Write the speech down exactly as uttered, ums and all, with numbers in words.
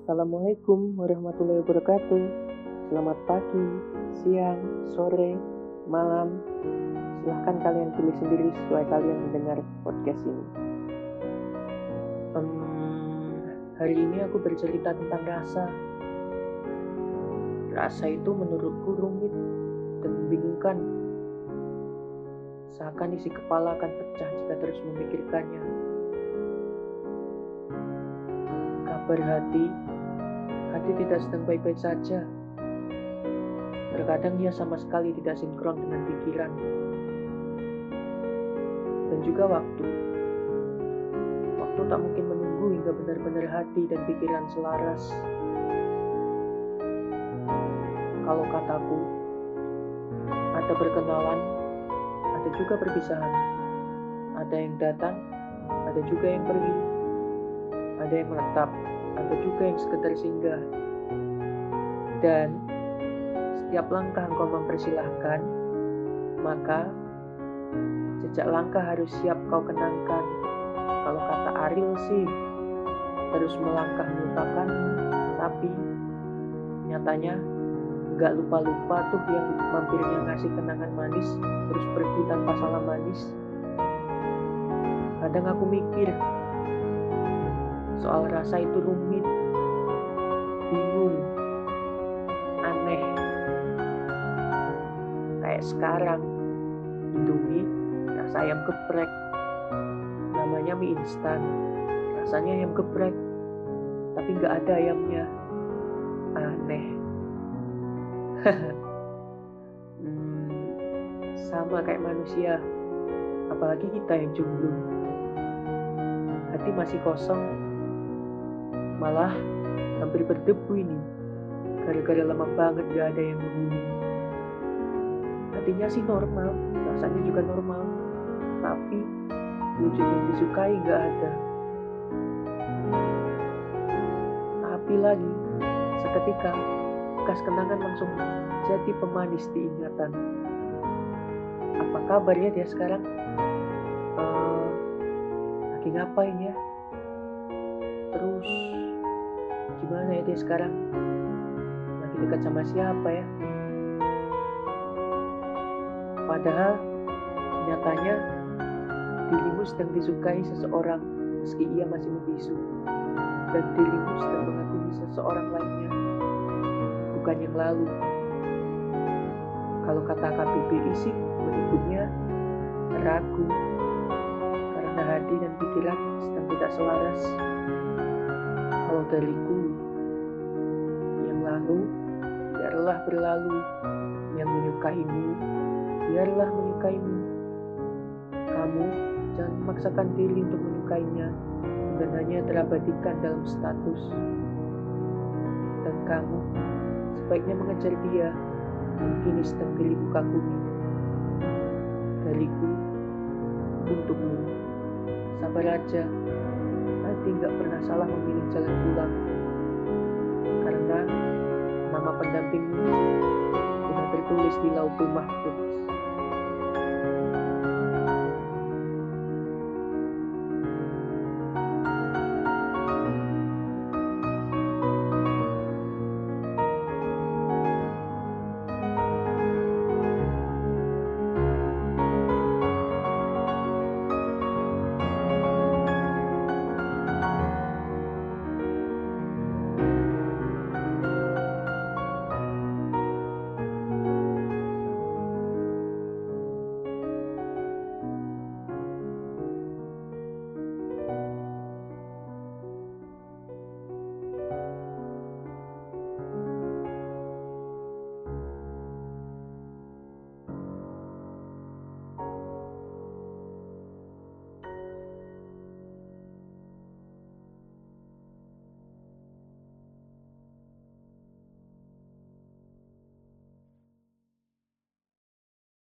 Assalamualaikum warahmatullahi wabarakatuh. Selamat pagi, siang, sore, malam. Silahkan kalian pilih sendiri sesuai kalian mendengar podcast ini. Um, hari ini aku bercerita tentang rasa. Rasa itu menurutku rumit dan membingungkan. Seakan isi kepala akan pecah jika terus memikirkannya. Kabar hati, hati tidak sedang baik-baik saja. Terkadang ia sama sekali tidak sinkron dengan pikiran. Dan juga waktu. Waktu tak mungkin menunggu hingga benar-benar hati dan pikiran selaras. Kalau kataku, ada perkenalan, ada juga perpisahan. Ada yang datang, ada juga yang pergi. Ada yang menetap, ada juga yang sekedar singgah. Dan setiap langkah engkau mempersilahkan, maka jejak langkah harus siap kau kenangkan. Kalau kata Ariel sih, terus melangkah melupakanmu, tapi nyatanya gak lupa-lupa tuh yang mampirnya ngasih kenangan manis, terus pergi tanpa salam manis. Kadang aku mikir, soal rasa itu rumit, bingung, aneh. Kayak sekarang, Indomie rasa ayam geprek. Namanya mie instan, rasanya ayam geprek, tapi gak ada ayamnya. Aneh. hmm, Sama kayak manusia, apalagi kita yang jomblo. Hati masih kosong, malah hampir berdebu ini, gara-gara lama banget gak ada yang menghuni. Hatinya sih normal, rasanya juga normal, tapi wujud yang disukai gak ada. Tapi lagi, seketika bekas kenangan langsung jadi pemanis di ingatan. Apa kabarnya dia sekarang? Uh, lagi ngapain ya? Terus gimana ya dia sekarang? Lagi dekat sama siapa ya? Padahal nyatanya dirimu sedang disukai seseorang meski ia masih membisu, dan dirimu sedang mengagumi seseorang lainnya, bukan yang lalu. Kalau kata K B B I sih menyebutnya ragu, karena hati dan pikiran sedang tidak selaras. Kalau dariku, yang lalu biarlah berlalu, yang menyukaimu biarlah menyukaimu. Kamu jangan memaksakan diri untuk menyukainya dengan hanya terabadikan dalam status. Dan kamu sebaiknya mengejar dia yang kini sedang dirimu kagumi. Dariku untukmu, sabar aja. Hati gak pernah salah memilih jalan pulang, karena nama pendampingmu sudah tertulis di Lauhul Mahfuz.